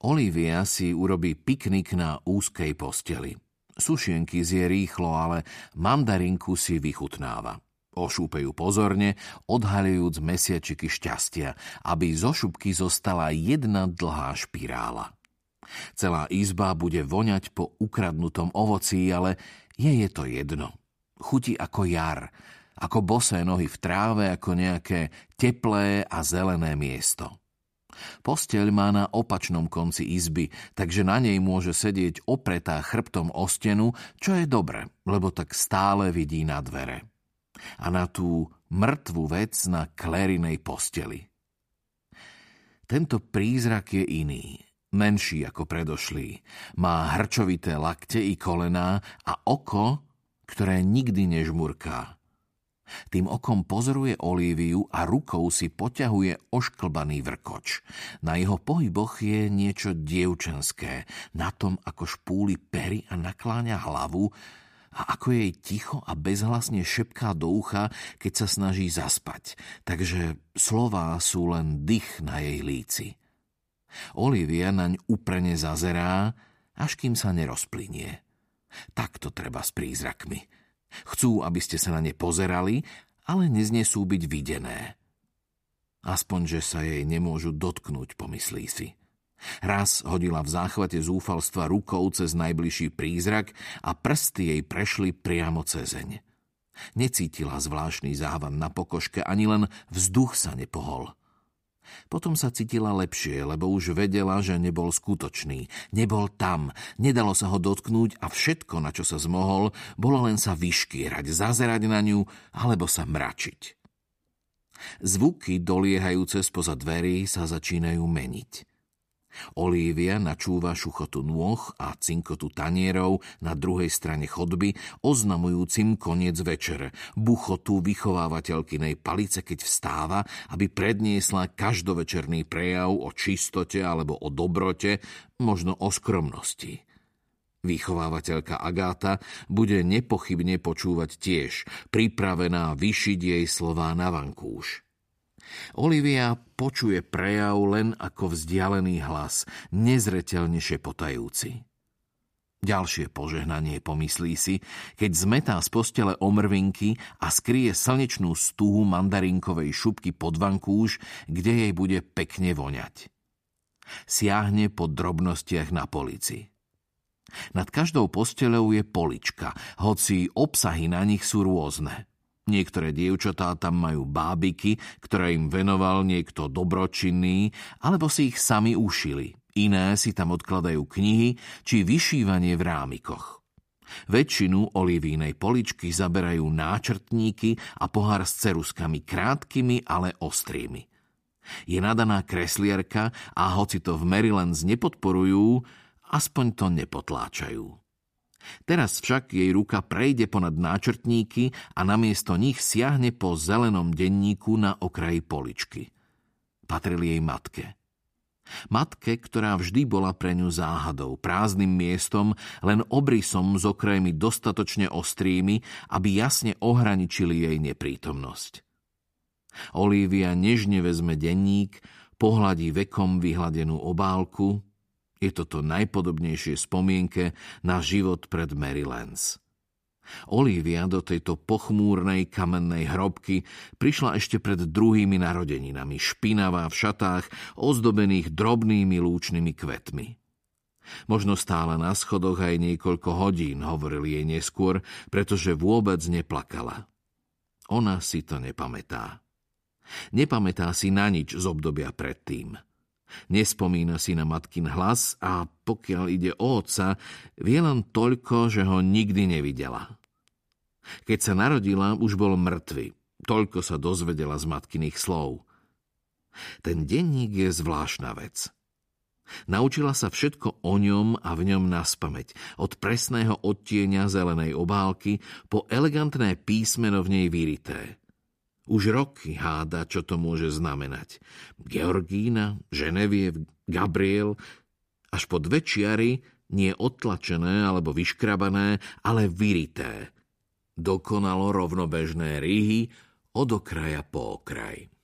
Olivia si urobí piknik na úzkej posteli. Sušienky zje rýchlo, ale mandarinku si vychutnáva. Ošúpe ju pozorne, odhaľujúc mesiačiky šťastia, aby zo šupky zostala jedna dlhá špirála. Celá izba bude voňať po ukradnutom ovocí, ale je to jedno. Chutí ako jar, ako bosé nohy v tráve, ako nejaké teplé a zelené miesto. Posteľ má na opačnom konci izby, takže na nej môže sedieť opretá chrbtom o stenu, čo je dobre, lebo tak stále vidí na dvere. A na tú mŕtvu vec na Clarinej posteli. Tento prízrak je iný, menší ako predošlý. Má hrčovité lakte i kolená a oko, ktoré nikdy nežmurká. Tým okom pozoruje Olíviu a rukou si poťahuje ošklbaný vrkoč. Na jeho pohyboch je niečo dievčenské, na tom, ako špúli pery a nakláňa hlavu a ako jej ticho a bezhlasne šepká do ucha, keď sa snaží zaspať. Takže slová sú len dych na jej líci. Olivia naň úprene zazerá, až kým sa nerozplynie. Takto treba s prízrakmi. Chcú, aby ste sa na ne pozerali, ale neznesú byť videné. Aspoň, že sa jej nemôžu dotknúť, pomyslí si. Raz hodila v záchvate zúfalstva rukou cez najbližší prízrak a prsty jej prešli priamo cezeň. Necítila zvláštny závan na pokožke, ani len vzduch sa nepohol. Potom sa cítila lepšie, lebo už vedela, že nebol skutočný. Nebol tam, nedalo sa ho dotknúť a všetko, na čo sa zmohol, bolo len sa vyškierať, zazerať na ňu alebo sa mračiť. Zvuky doliehajúce spoza dverí sa začínajú meniť. Olivia načúva šuchotu nôh a cinkotu tanierov na druhej strane chodby, oznamujúcim koniec večere, buchotu vychovávateľkynej palice, keď vstáva, aby predniesla každovečerný prejav o čistote alebo o dobrote, možno o skromnosti. Vychovávateľka Agáta bude nepochybne počúvať tiež, pripravená vyšiť jej slová na vankúš. Olivia počuje prejav len ako vzdialený hlas, nezreteľne šepotajúci. Ďalšie požehnanie, pomyslí si, keď zmetá z postele omrvinky a skrie slnečnú stuhu mandarinkovej šupky pod vankúš, kde jej bude pekne voňať. Siahne po drobnostiach na polici. Nad každou posteľou je polička, hoci obsahy na nich sú rôzne. Niektoré dievčatá tam majú bábiky, ktoré im venoval niekto dobročinný, alebo si ich sami ušili. Iné si tam odkladajú knihy či vyšívanie v rámikoch. Väčšinu Olivínej poličky zaberajú náčrtníky a pohár s ceruskami krátkými, ale ostrými. Je nadaná kreslierka a hoci to v Marylands nepodporujú, aspoň to nepotláčajú. Teraz však jej ruka prejde ponad náčrtníky a namiesto nich siahne po zelenom denníku na okraji poličky. Patril jej matke. Matke, ktorá vždy bola pre ňu záhadou, prázdnym miestom, len obrysom s okrajmi dostatočne ostrými, aby jasne ohraničili jej neprítomnosť. Olivia nežne vezme denník, pohľadí vekom vyhladenú obálku. Je to najpodobnejšie spomienke na život pred Marylands. Olivia do tejto pochmúrnej kamennej hrobky prišla ešte pred druhými narodeninami, špinavá v šatách, ozdobených drobnými lúčnymi kvetmi. Možno stála na schodoch aj niekoľko hodín, hovoril jej neskôr, pretože vôbec neplakala. Ona si to nepamätá. Nepamätá si na nič z obdobia predtým. Nespomína si na matkin hlas a pokiaľ ide o otca, vie len toľko, že ho nikdy nevidela. Keď sa narodila, už bol mŕtvy. Toľko sa dozvedela z matkiných slov. Ten denník je zvláštna vec. Naučila sa všetko o ňom a v ňom naspamäť. Od presného odtieňa zelenej obálky po elegantné písmeno v nej vyrité. Už roky háda, čo to môže znamenať. Georgína, Genevieve, Gabriel, až po 2 čiary, nie odtlačené alebo vyškrabané, ale vyrité. Dokonalo rovnobežné rihy od okraja po okraj.